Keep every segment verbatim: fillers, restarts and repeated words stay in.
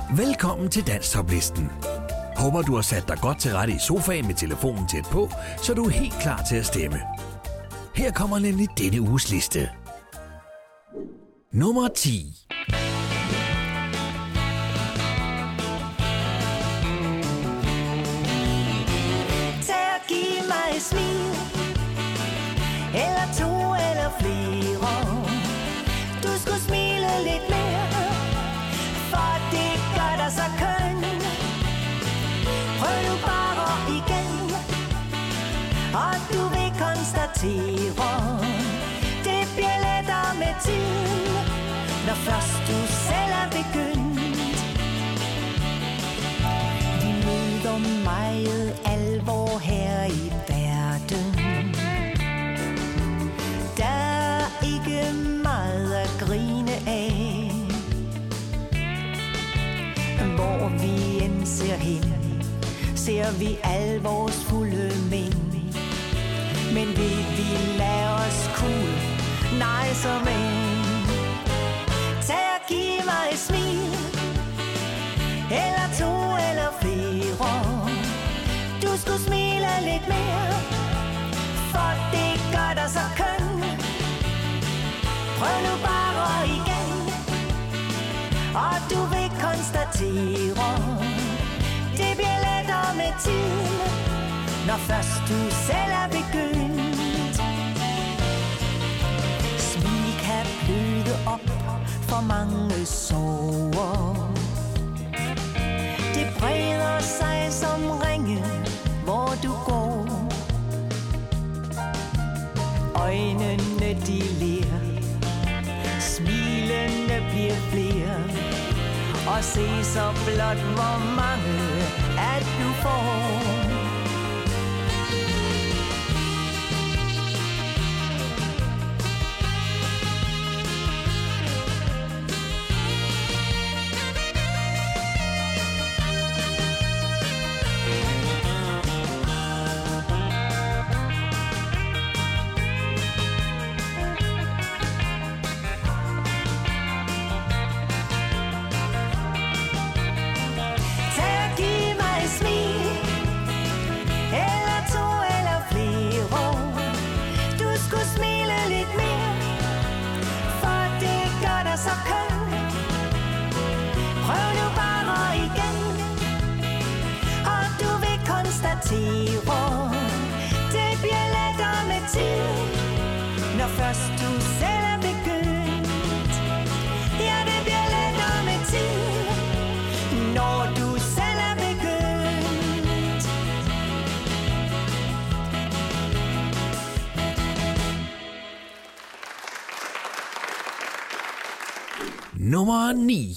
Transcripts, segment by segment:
Velkommen til Dansktoplisten. Håber du har sat dig godt til rette i sofaen med telefonen tæt på, så du er helt klar til at stemme. Her kommer nemlig denne uges liste. Nummer ti. Tag og giv mig et smil, eller to eller flere. Du skulle smile lidt mere, for det gør dig så køn. Prøv nu bare igen, og du vil konstatere, det bliver lettere med tiden, når først du selv er begyndt. Vi møder meget alvor her i verden. Der er ikke meget at grine af. Hvor vi end ser hen, ser vi al vores fulde mænd. Men vil vi lade os cool? Nej, så men. Tag og giv mig et smil, eller to eller flere. Du skulle smile lidt mere, for det gør dig så køn. Prøv nu bare igen, og du vil konstatere, det bliver lettere med tiden, når først du selv er begyndt. Smil kan bløde op for mange sorger. Det breder sig som ringe, hvor du går. Øjnene de ler, smilene bliver flere, og se så blot hvor mange at du får. Det bliver lettere med tiden, når først du selv er begyndt. Ja, det bliver lettere med tiden, når du selv er begyndt. Nummer ni.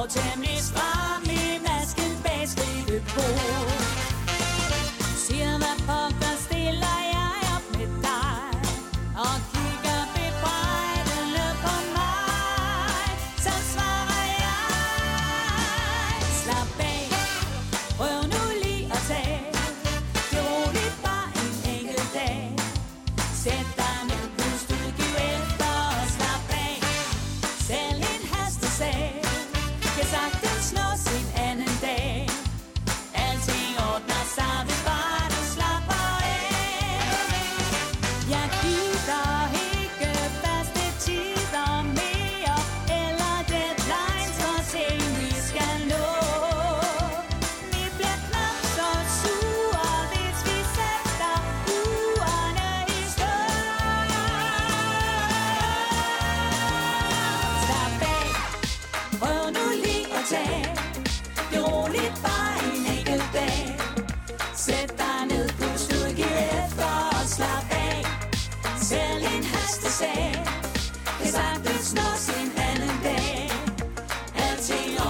Temmelig stram i masken bag skrivebord. Siger mig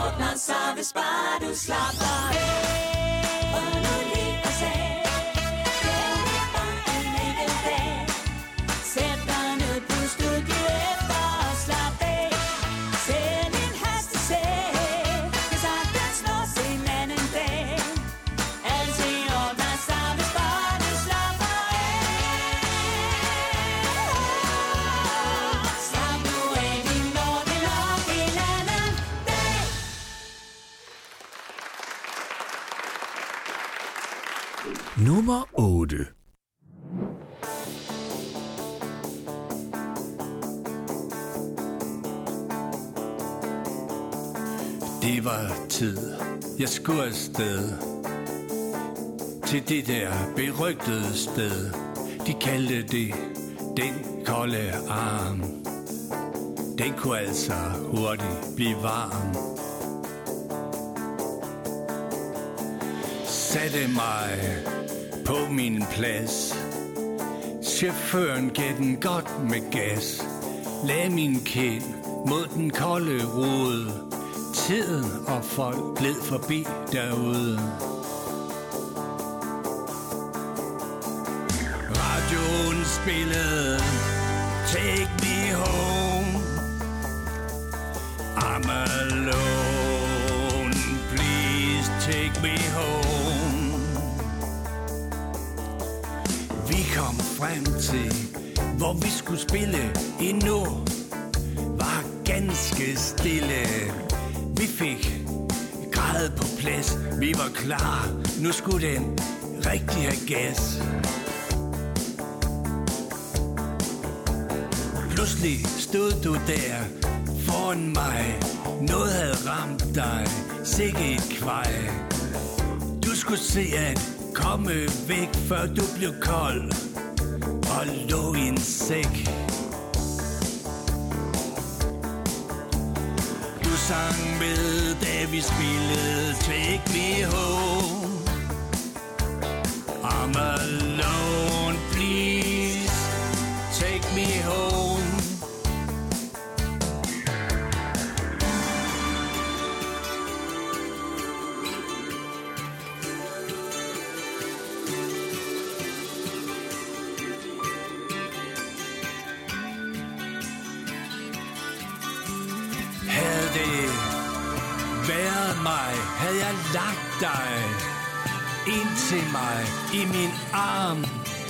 ordner sig, hvis bare du slapper af. Og nu lige og sag, det er bare en enkelt dag. Sæt dig ned på studiet efter og slap af. Send en hastesag, det sagtens nås en anden dag. Alting ordner sig, hvis bare du slapper af. Slap nu af, vi når det nok en anden dag. Nummer otte. Det var tid, jeg skulle afsted til det der berygtede sted. De kaldte det den kolde arm. Den kunne altså hurtigt blive varm. Satte mig på min plads. Chaufføren gav den godt med gas. Lagde min kind mod den kolde rude. Tiden og folk gled forbi derude. Radioen spillede Take Me Home. I'm alone, please take me home. Vi kom frem til, hvor vi skulle spille endnu. Var ganske stille. Vi fik græd på plads. Vi var klar. Nu skulle den rigtig have gas. Pludselig stod du der foran mig. Noget havde ramt dig. Sikke et kvej. Du skulle se at komme væk, før du blev kold og lå i en sæk. Du sang med, da vi spillede Take Me Home. I'm alone, please take me home. Havde det været mig, havde jeg lagt dig ind til mig i min arm,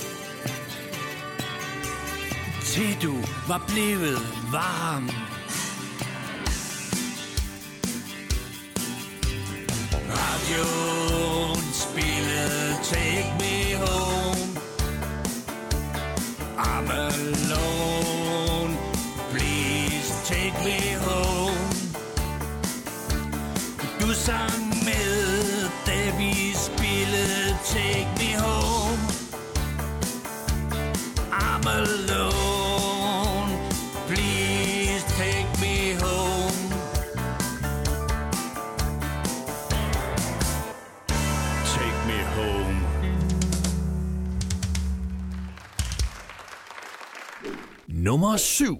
til du var blevet varm. Radioen spillede Take Me Home. I'm alone, please take me home. Du sang med, da vi spillede Take Me Home. I'm alone, please take me home. Take me home. Nummer syv.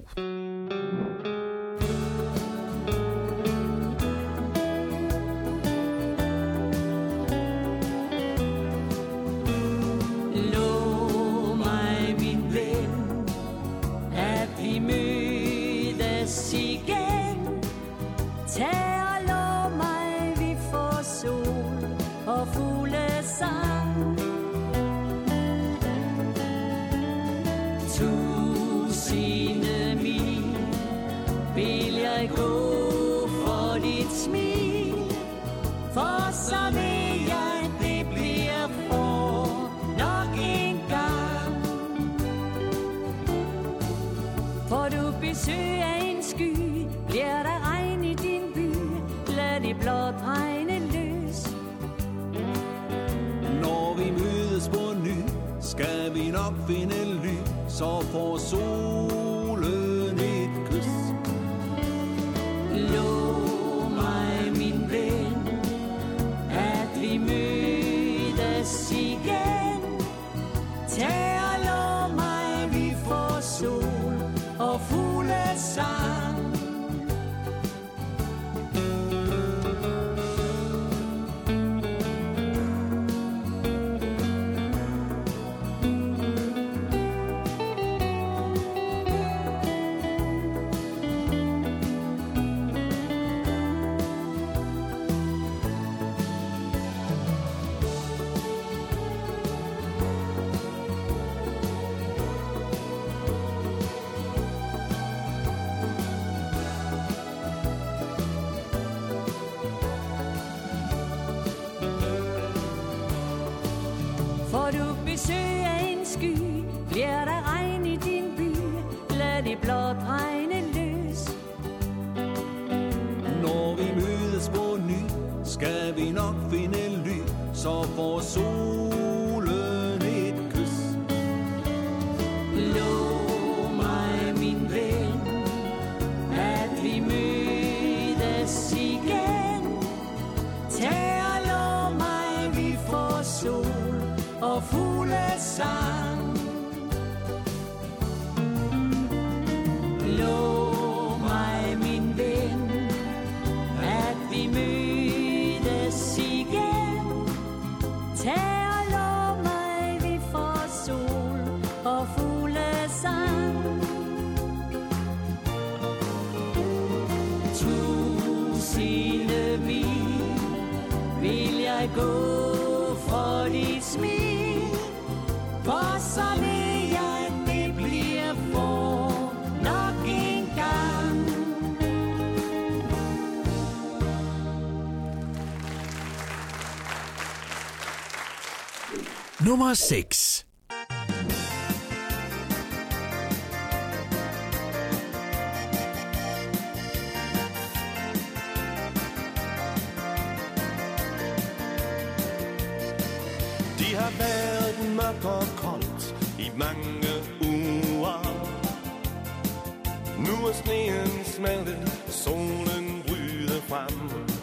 Finde lys og får solen et kys. Lov mig, min ven, at vi mødes igen. Tag og lov mig, vi får sol og fuglesang. besøg af en sky. Bliver der regn i din by, lad det blot regne løs. Når vi mødes på ny, skal vi nok finde ly, så får solen et kys. Lov mig, min ven, at vi mødes igen. Tag og lov mig, vi får sol og fuglesang. Lov mig, min ven, at vi mødes igen. Tag og lov mig, vi får sol og fuglesang. Tusinde mil vil jeg gå for dit smil, for så vil jeg, det bliver for nok en gang. Nummer seks. Det har været mørkt og koldt i mange uger. Nu er sneen smeltet, solen bryder frem.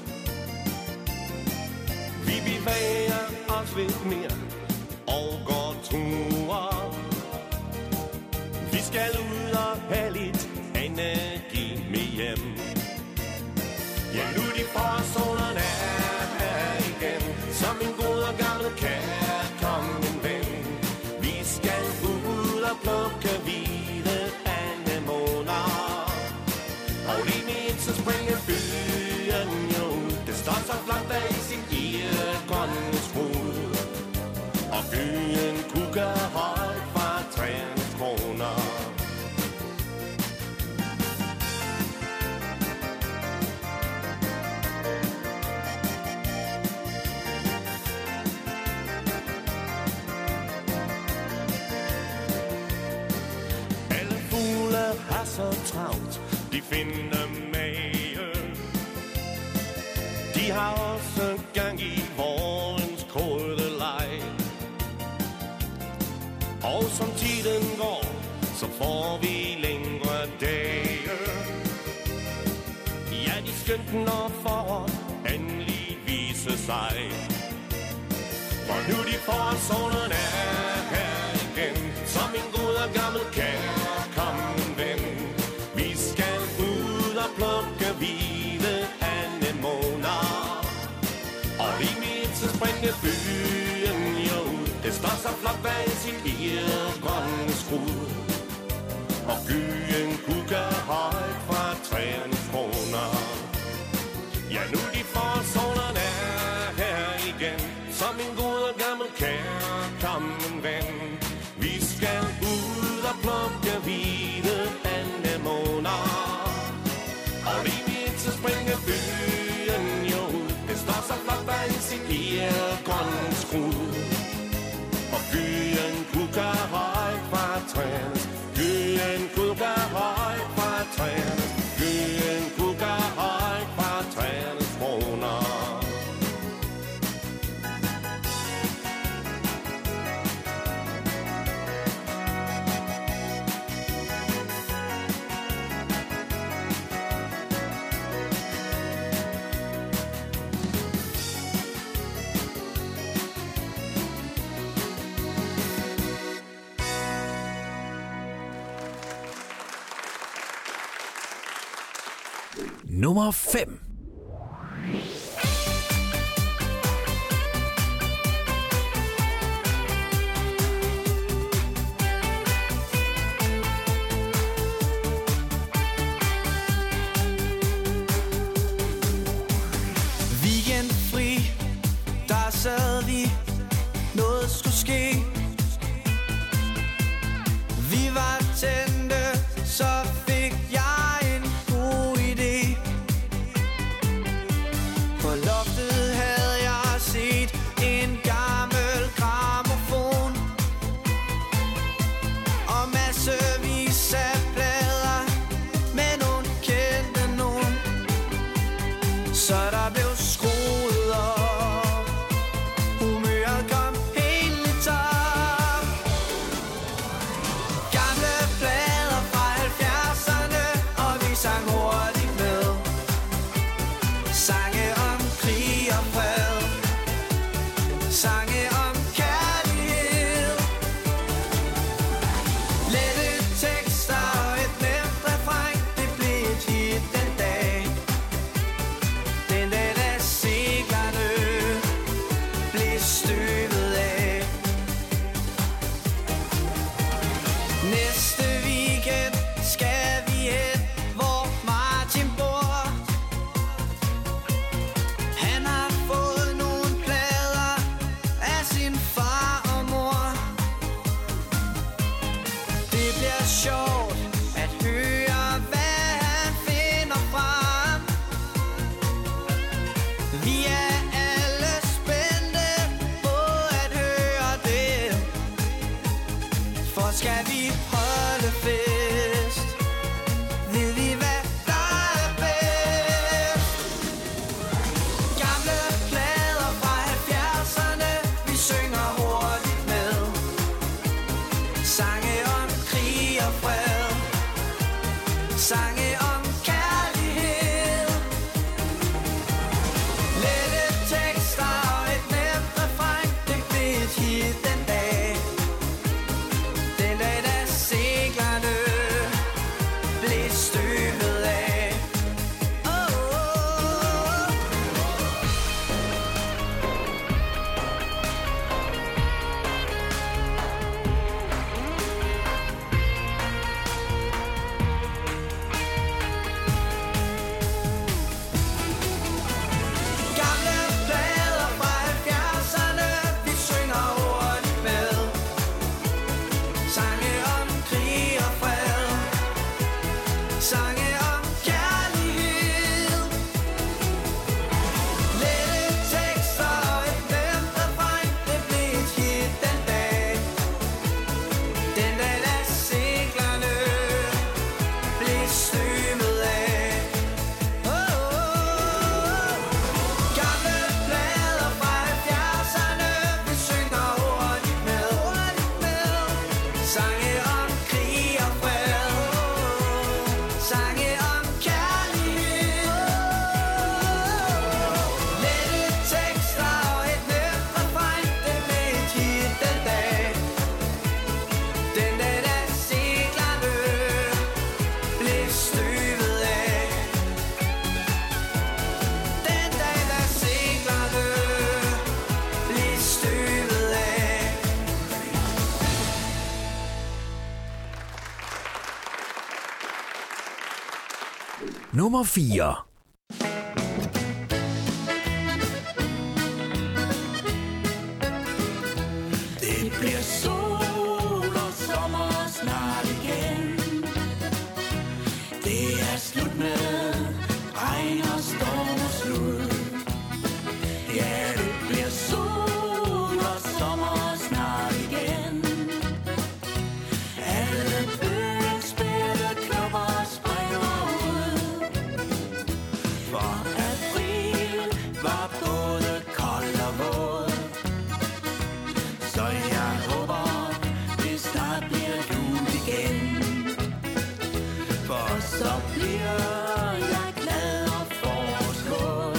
Vi bevæger os lidt mere og går ture. Vi skal ud og have lidt energi med hjem. Ja, nu de forårssolen er her igen, som en god og gammel kærkommen ven. Vi skal ud og plukke hvide anemoner, og lige midt så springer byen jo. Det står så flot der i sin irgrønne skrud, og byen kugger højt fra træernes kroner. Så travlt, de finder mage. De har også gang i vårens kolde leg. Og som tiden går, så får vi længere dage. Ja, de skønt når foråret endelig viser sig. For nu de forårssolen er her igen, som en god og gammel kærkommen ven. Vi skal ud og plukke hvide anemoner, og lige midt så springer byen jo. Det står så flot bag sin irgrønne skrud, og byen kugger højt fra træernes kroner. Ja, nu de forårssolen er her igen, som en god og gammel kærkommen ven. Vi skal ud og plukke hvide anemoner, og lige midt så springer byen jo. Det står så flot bag sin irgrønne skrud, og byen kugger højt fra træerne. Byen kugger højt fra træerne. Byen kugger højt fra træernes kroner. Nummer fem. Weekendfri, der sad vi, noget skulle ske. Vi var tændte, så fik jeg en god idé. På loftet havde jeg set en gammel grammofon. blev skruet op. Humøret kom helt i top. Gamle plader fra halvfjerdserne, og vi sang hurtigt med. Sange om krig og fred, sange om kærlighed. Lette tekster og et nemt refræn, det blev et hit den dag. Den dag da seglerne blev støvet af. Næste weekend skal vi hen, hvor Martin bor. Han har fået nogle plader af sin far og mor. Det bliver sjovt at høre, hvad han finder frem. Vi er alle spændte på at høre det. For skal vi holde fest, ved vi hvad der er bedst. Gamle plader fra halvfjerdserne, vi synger hurtigt med. Sange om krig og fred, sange om kærlighed. Lette tekster og et nemt refræn, det blev et hit den dag. Den dag da seglerne blev støvet af. Oh, oh, oh. Gamle plader fra halvfjerdserne, vi synger hurtigt med. Sange om krig og fred, sange om kærlighed. Lette tekster og et nemt refræn, det blev et hit den dag. Den dag da seglerne blev støvet af. Oh, oh, oh. Gamle plader fra halvfjerdserne, vi synger hurtigt med. Sange om krig og fred, sange om kærlighed. Lette tekster og et nemt refræn, det blev et hit den dag. Den dag da seglerne blev støvet af. Den dag da seglerne blev støvet af. Nummer fire. Det bliver sol og sommer snart igen. Det er slut med regn og storm og slud. Ja, det bliver sol og sommer snart igen. Alle bøgens spætte knopper springer ud. For april var både kold og våd. Så jeg håber, det snart bliver jul igen. For så bliver jeg glad og forårsvåd.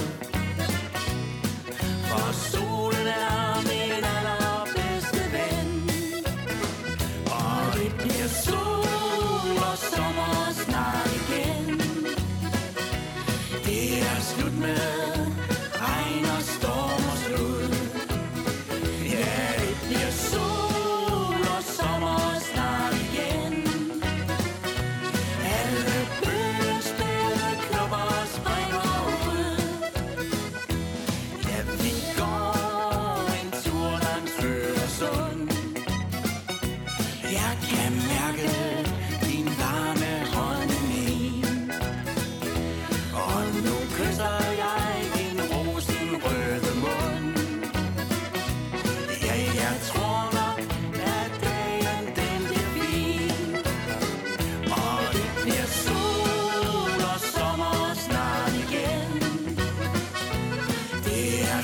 For solen er min allerbedste ven. Og det bliver sol og sommer snart igen. Det er slut med regn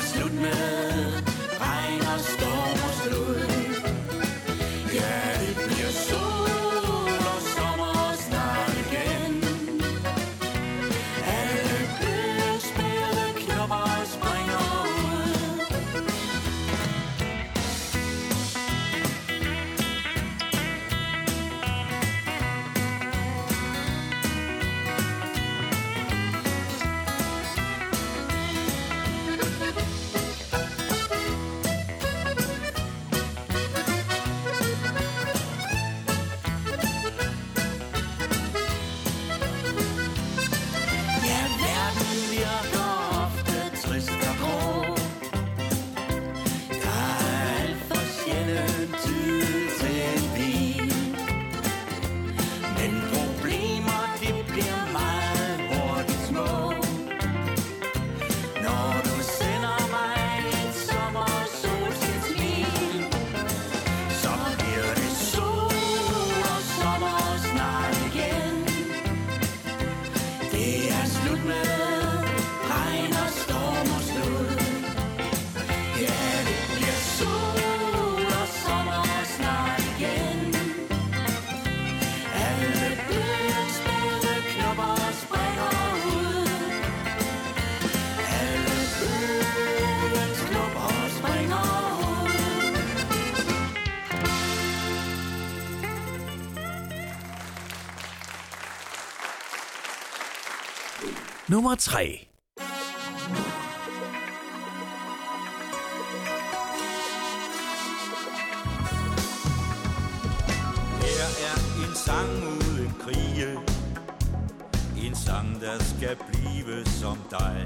slut med regn og storm og slud. Ja, det bliver sol og sommer snart igen. Alle bølgespæde knopper springer ud. Ja, verden virker ofte trist og grå. Der er alt for sjældent tid til en bil. Men problemer, de bliver meget hurtigt små. Når du sender mig et sommersolskinsmil, så bliver det sol og sommer snart igen. Det er slut med regn og storm og slud. Ja, det bliver sol og sommer snart igen. Alle bølgespæde knopper springer ud. Alle bølgesknopper springer ud. Nummer tre. Her er en sang uden krige, en sang der skal blive som dig.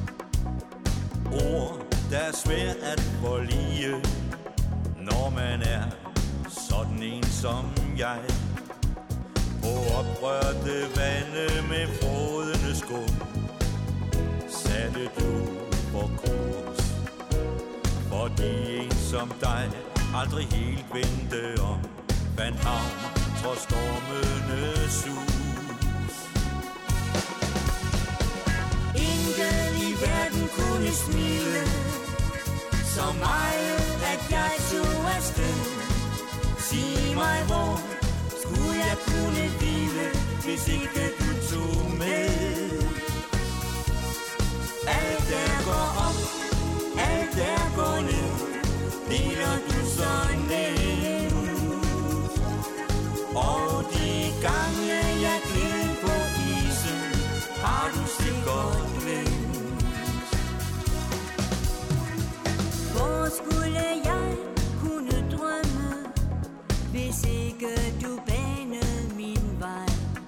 Ord der er svært at forlige, når man er sådan en som jeg. På oprørte vande med frådende skum satte du på kurs, fordi en som dig aldrig helt vendte om, fandt havn trods stormenes sus. Intet i verden kunne smile så meget, at jeg tog afsted. Sig mig, hvor skulle jeg kunne hvile, hvis ikke du tog med? Alt der går op, alt der går ned, deler du så ned. Og de gange jeg gled på isen, har du sikkert glemt. Hvor skulle jeg kunne drømme, hvis ikke du banede min vej?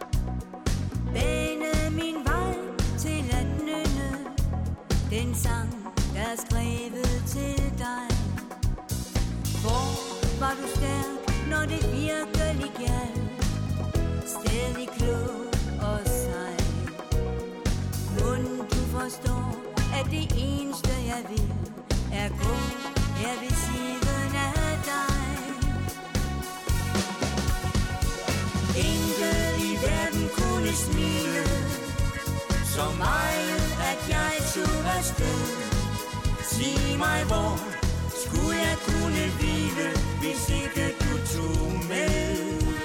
Banede min vej til at nynne den sang, der er skrevet til dig. Hvor var du stærk, når det virkelig gjaldt? Stadig klog og sej. Mon du forstår, at det eneste jeg vil er gå her ved siden af dig. Intet i verden kunne smile så meget, at jeg tog afsted. Sig mig, hvor skulle jeg kunne hvile, hvis ikke du tog med?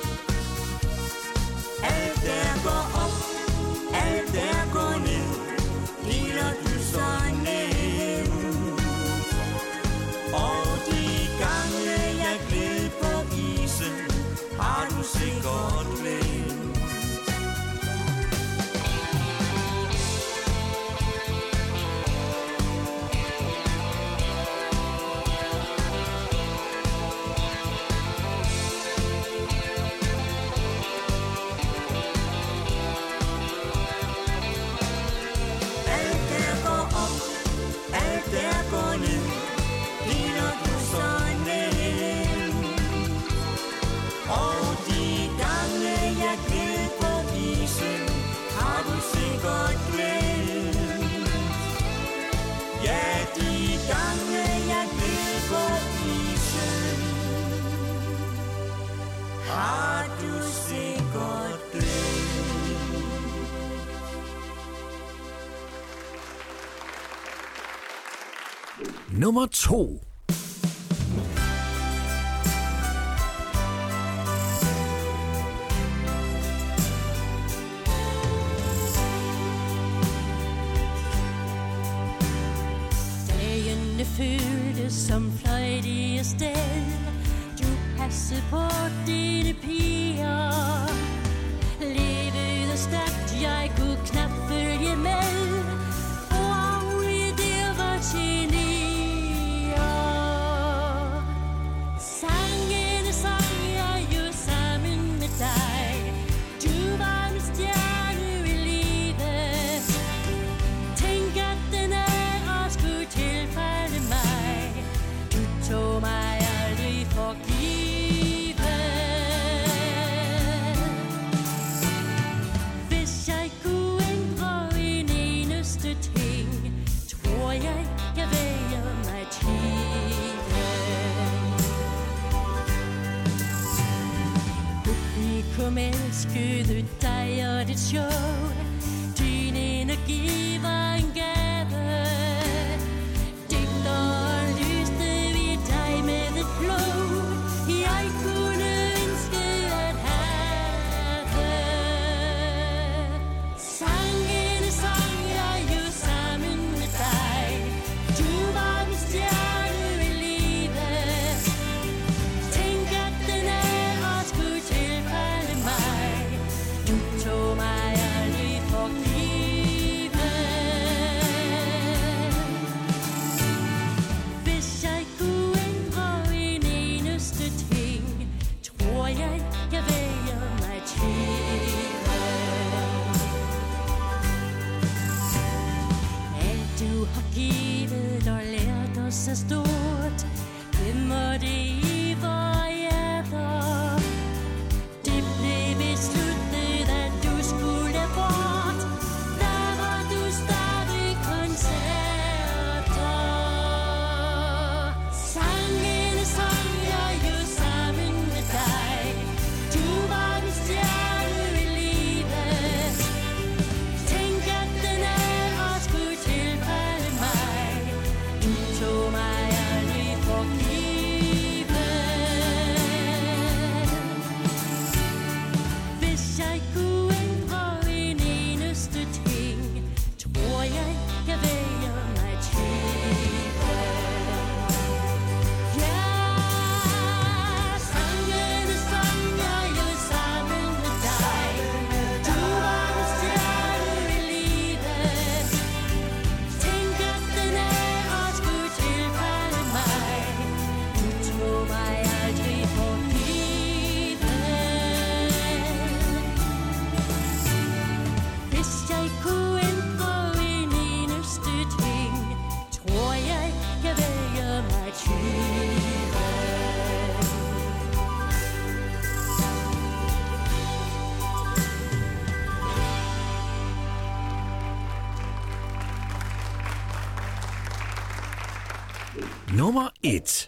Alt der går op, alt der går ned, deler du så ned. Og de gange jeg gled på isen, har du sikkert glemt. Nummer to. Dagene føltes som fløjtige sted. Du passede på dine piger. Levede stærkt, jeg kunne knap følge med. Uaflige der var genier. Sangene sang jeg jo sammen med dig. Du var min stjerne i livet. Tænk at den ære skulle tilfalde mig. Du tog mig aldrig for givet. Hvis jeg kunne ændre en eneste ting, tror jeg, jeg vælger mig tiden. Publikum elskede dig og dit show. Din energi var en gave. Digteren lyste ved dig med et flow. Jeg kunne ønske at have. Sangene sang jeg jo sammen med dig. Du var min stjerne i livet. Tænk at den ære skulle tilfalde mig. Du tog mig aldrig for givet. Hvis jeg kunne ændre en eneste ting, tror jeg, jeg vælger mig tiden. Alt du har givet og lært os er stort. Gem og det i vor hjerter. Det blev besluttet, at du skulle bort. Der var du stadig koncerter. Sangene sang jeg jo sammen med dig. Du var min stjerne i livet. Tænk at den ære skulle tilfalde mig. Du tog mig aldrig for givet. Hvis jeg kunne ændre en eneste ting, tror jeg, jeg vælger mig tiden. Ja, sangene sang jeg jo sammen med dig. Du var min stjerne i livet. Tænk at den ære skulle tilfalde mig. Du tog mig aldrig for givet. Hvis jeg kunne ændre en eneste ting, tror jeg, jeg vælger mig tiden. Nummer et.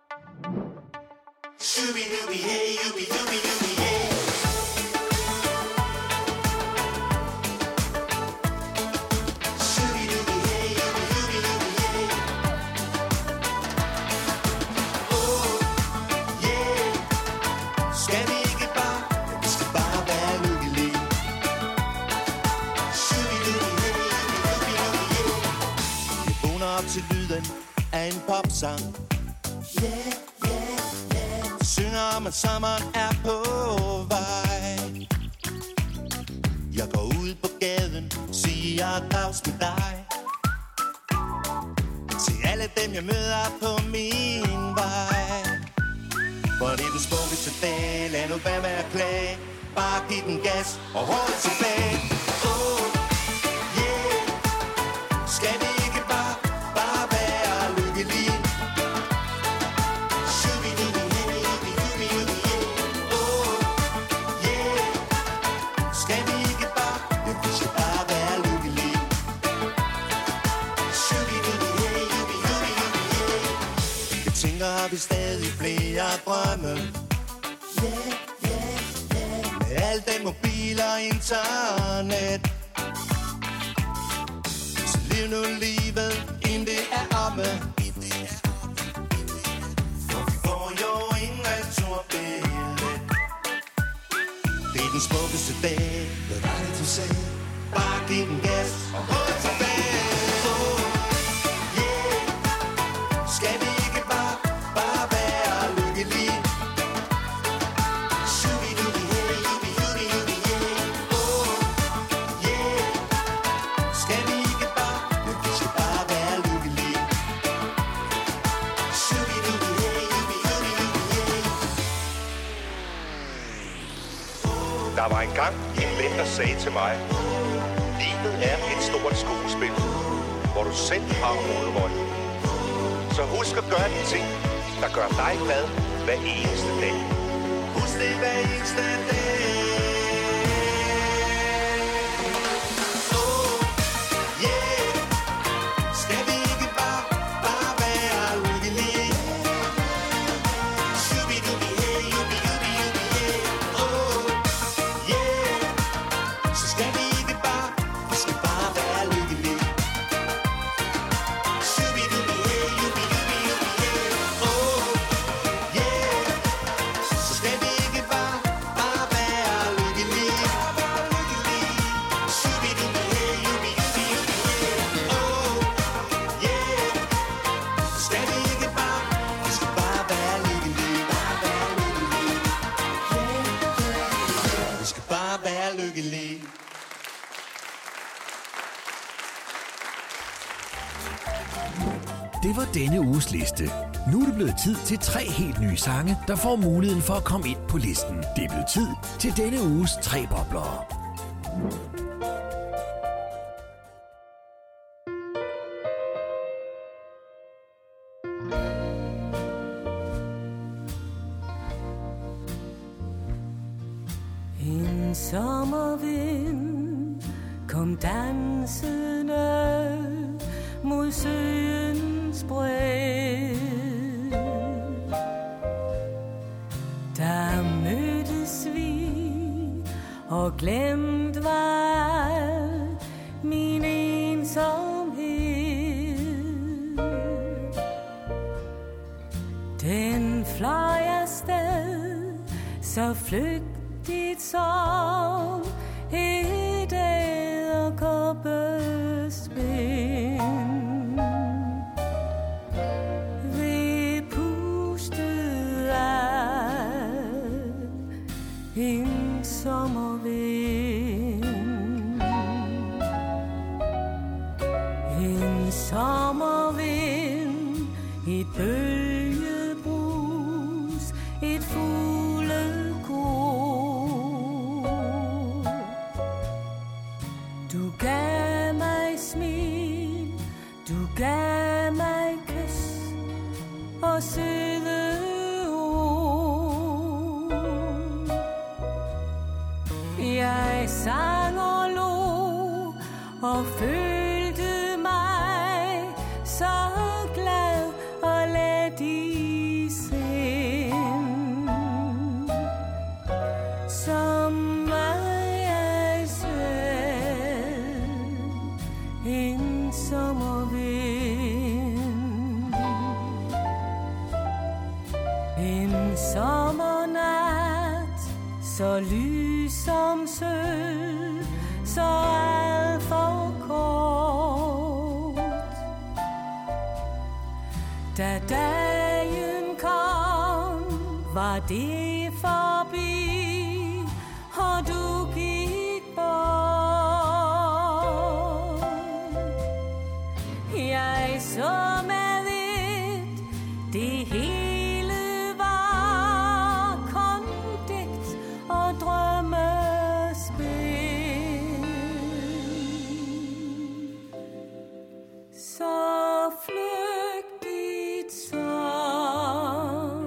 Skal vi ikke bare, vi skal bare være lykkelige. Jeg vågner op til lyden af en popsang. Yeah, yeah, yeah. Synger om at sommeren er på vej. Jeg går ud på gaden, siger dags med dig. Til alle dem jeg møder på min vej. For det er den smukkeste dag, lad nu være med at klage. Bare giv den gas og hold tilbage. Oh, yeah. Skal vi ikke bare, bare være lykkelige? Oh, yeah. Skal vi ikke bare, ja, vi skal bare være lykkelige. Jeg tænker, har vi stadig flere drømme? Yeah, yeah, yeah. Med alt den mobil og internet. Så liv nu livet, inden det er omme. seng. Bare giv den gas og hold tilbage. Oh, yeah. Skal vi ikke bare, bare være lykkelige? Shubi-dubi, hey, yubi, yubi, yubi, yeah. Oh, yeah. Skal vi ikke bare, vi skal bare være lykkelige? Shubi-dubi, hey, yubi, yubi, yubi, yeah. Der var engang en ven, der sagde til mig: livet er et stort skuespil, hvor du selv har hovedrollen. Så husk at gøre de ting, der gør dig glad hver eneste dag. Husk det hver eneste dag. Oh, yeah. Skal vi ikke bare, bare være lykkelige? Shubi-dubi, hey, yubi, yubi, yubi, yeah. Oh, yeah. Så skal vi ikke bare, vi skal bare være lykkelige. Shubi-dubi, hey, yubi, yubi, yubi, yeah. Oh, yeah. Så skal vi ikke bare, bare være lykkelige. Shubi-dubi, hey, yubi, yubi, yubi, yeah. Oh, yeah. Så skal vi ikke bare, vi skal bare være lykkelige. Bare være lykkelige. Vi skal bare være lykkelige. Det var denne uges liste. Nu er det blevet tid til tre helt nye sange, der får muligheden for at komme ind på listen. Det er blevet tid til denne uges tre boblere. En sommervind kom dansende mod søens bred. Der mødtes vi, og glemt var min ensomhed. Den fløj afsted, så flygtigt som et edderkoppespind. Vi pustede af en sommervind. En sommervind, et bølgebrus, et fuglekor. Du gav mig smil, du gav mig kys og søde ord. Jeg sang og lå og følte mig så glad og let i sind. Som mig jeg selv en sommervind. En sommernat, så lys som sølv, så alt for kort. Da dagen kom, var det forbi, og du gik bort. Jeg så med et, det hele var kun digt og drømmespil. Så flygtigt som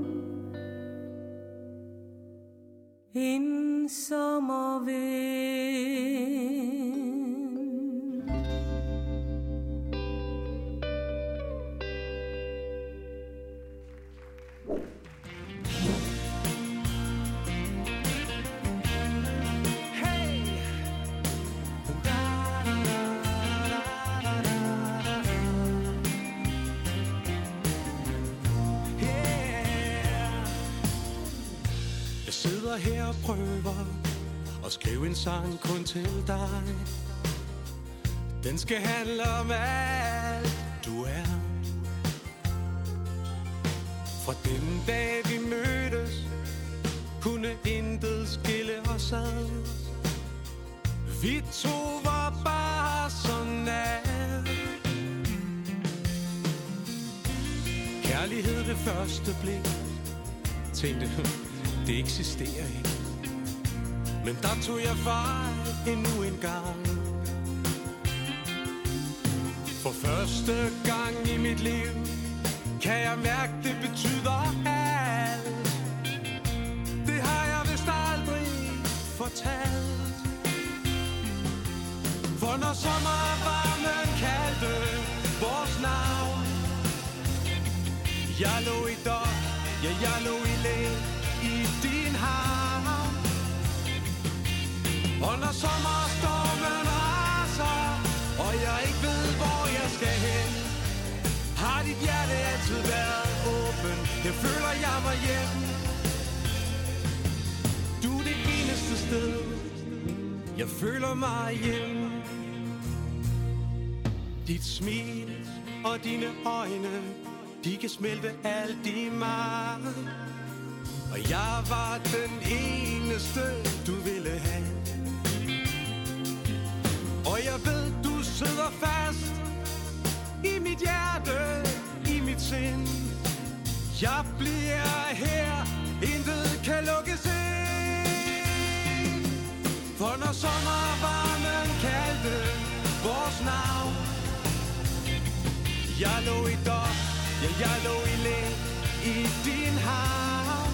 en sommervind. Jeg sidder her og prøver og skriv en sang kun til dig. Den skal handle om alt du er. Fra den dag vi mødtes, kunne intet skille os ad. Vi to var bare så nær. Kærlighed ved første blik. Tænkte, det eksisterer ikke. Men der tog jeg fejl endnu en gang. For første gang i mit liv kan jeg mærke, det betyder alt. Det har jeg vist aldrig fortalt. For når sommervarmen kaldte vores navn, jeg lå i dok, ja jeg lå i læ i din havn. Og når sommerstormen raser, og jeg ikke ved hvor jeg skal hen, har dit hjerte altid været åben. Jeg føler jeg mig hjemme. Du er det eneste sted jeg føler mig hjemme. Dit smil og dine øjne, de kan smelte alt i mig. Og jeg var den eneste du ville have. Og jeg ved du sidder fast i mit hjerte, i mit sind. Jeg bliver her, intet kan lukkes ind. For når sommervarmen kaldte vores navn, jeg lå i dok, ja jeg lå i læ i din havn.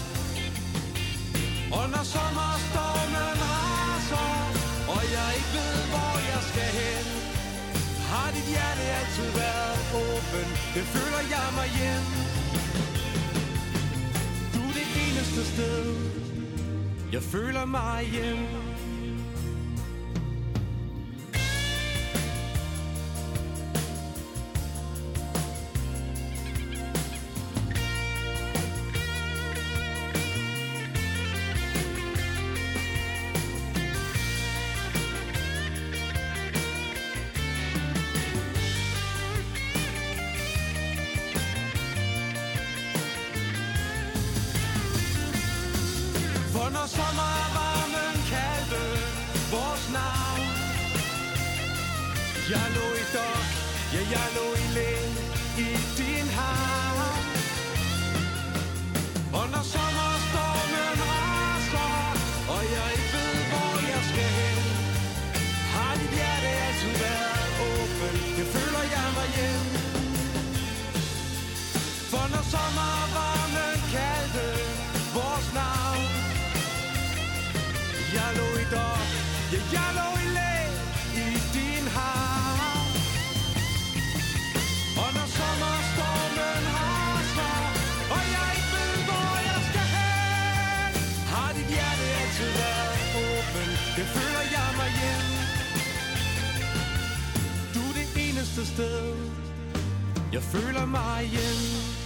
Og når sommerstormen raser, og jeg ikke ved hvor jeg skal hen, har dit hjerte altid været åben. Det føler jeg mig hjem. Du er det eneste sted jeg føler mig hjem. For når sommervarmen kaldte vores navn, jeg lå i dok, ja jeg lå i læ i din havn. Og når sommerstormen raser, og jeg ikke ved hvor jeg skal hen, har dit hjerte altid været åben. Jeg føler jeg mig hjem. For når sommervarmen kaldte vores navn, jeg lå i dok, ja jeg lå i læ i din havn. Og når sommerstormen raser, og jeg ikke ved hvor jeg skal hen, har dit hjerte altid været åben. Det føler jeg mig hjem. Du er det eneste sted jeg føler mig hjem.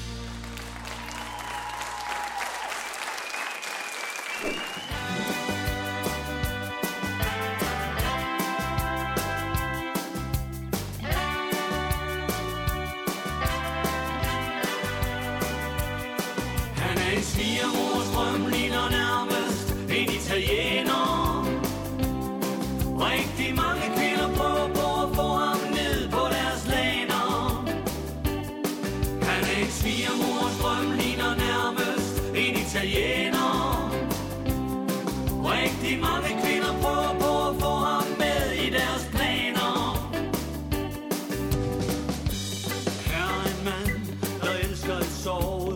Svigermors drøm ligner nærmest en italiener. Rigtig mange kvinder prøver på at få ham ned på deres laner. Han er en svigermors drøm ligner nærmest en italiener. Rigtig mange kvinder prøver på at få ham med i deres planer. Her er en mand, der elsker at sove.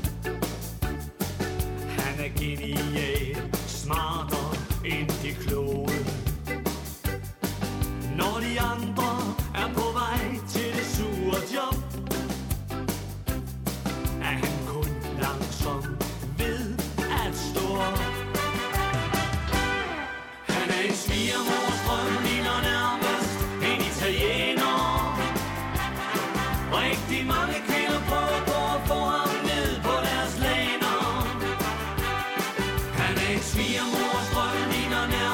Han er genial, smartere end de kloge. Når de andre er på vej til det sure job, er han kun langsom ved at stå op. Han er en svigermors drøm, ligner nærmest en italiener. Rigtig mange kvinder prøver på at få ham ned på deres laner. Han er en svigermors drøm, ligner nærmest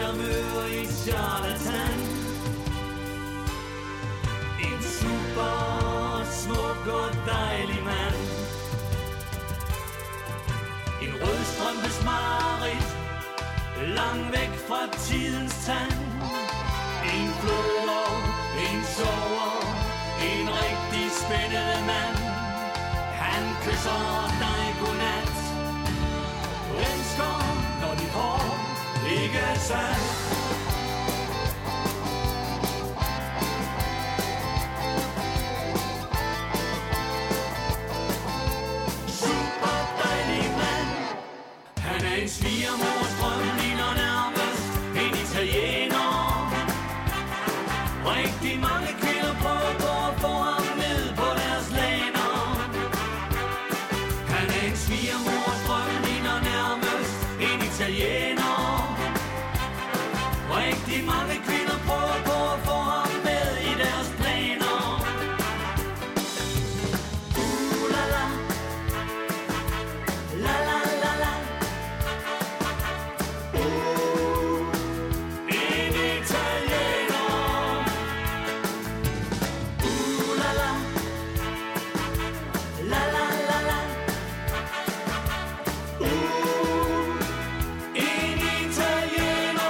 charmeur, en charlatan. En super smuk og dejlig mand. En rødstrømpes mareridt, langt væk fra tidens tand. En flår, en sover, en rigtig spændende mand. Han kysser dig godnat. Ønsker, når de får, ikke sandt. Super dejlig mand. Han er en svigermors drøm, ligner nærmest en italiener. Rigtig mange kvinder prøver på at få ham ned på deres læner. Han er en svigermors drøm, ligner nærmest en italiener. Rigtig mange kvinder prøver på at få ham med i deres planer. Uh, la la. La la la la. Uh, en italiener. Uh, la la. La la la la. Uh, en italiener.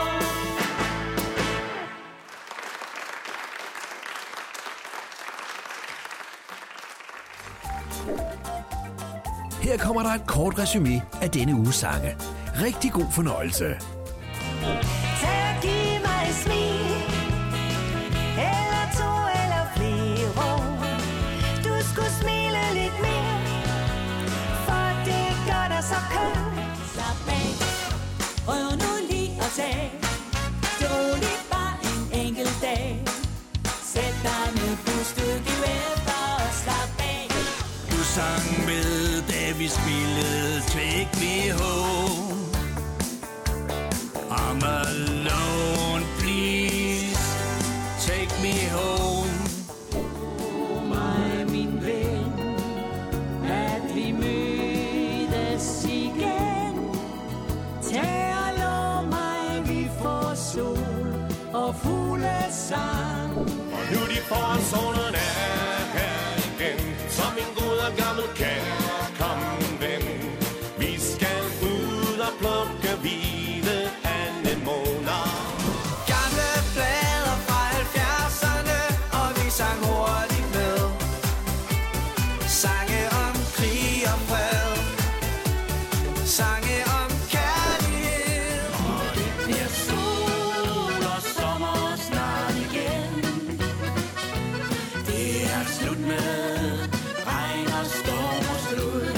Her kommer der et kort resumé af denne uges sange. Rigtig god fornøjelse. Tag og giv mig et smil, eller to eller flere. Du skulle smile lidt mere, for det gør dig så køn. Slap af, prøv nu lige at tage det roligt bare en enkelt dag. Sæt dig ned, pust ud, giv efter og slap af. Du sang med, da vi spillede Take Me Home. I'm alone, please. Take me home. Oh mig, min ven, at vi mødes igen. Tag og lov mig, vi får sol og fuglesang. Og nu de forårssolen er her igen, som en god og gammel kærkommen ven. Vi skal ud og plukke hvide anemoner. Gamle plader fra halvfjerdserne, og vi sang hurtigt med. Sange om krig og fred, sange om kærlighed. Og det bliver sol og sommer snart igen. Det er slut med regn og storm og slud.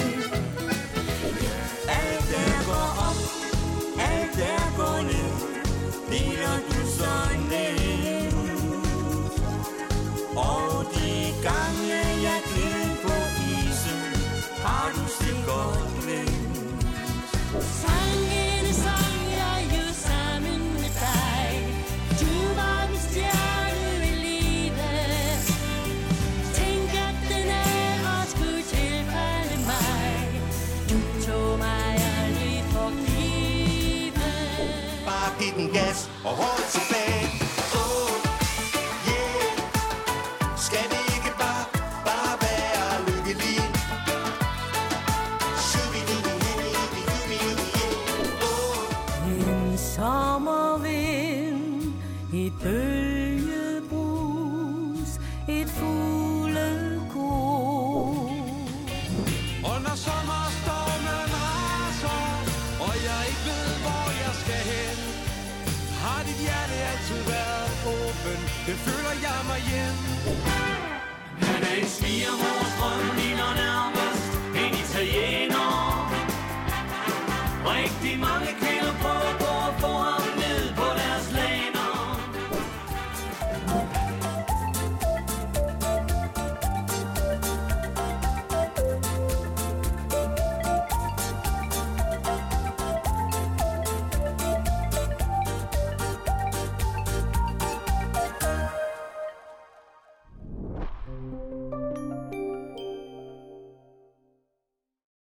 Alt der går op, alt der går ned, deler du så nemt. Og de gange jeg gled på isen, har du sikkert glemt. Sangene sang jeg jo sammen med dig. Du var min stjerne i livet. Tænk at den ære skulle tilfalde mig. Du tog mig aldrig for givet. Bare giv den gas og hold tilbage. Oh, yeah. Skal vi ikke bare, bare være lykkelige? Shubi-dubi-hey-dubi-dubi-dubi-hey. Oh. En sommervind, et bølgebrus, et fuglekor. Og når sommerstormen raser, og jeg ikke ved, hvor jeg skal hen, har dit hjerte altid været åben. Det føler jeg mig hjem. Han er en svigermors drøm, ligner nærmest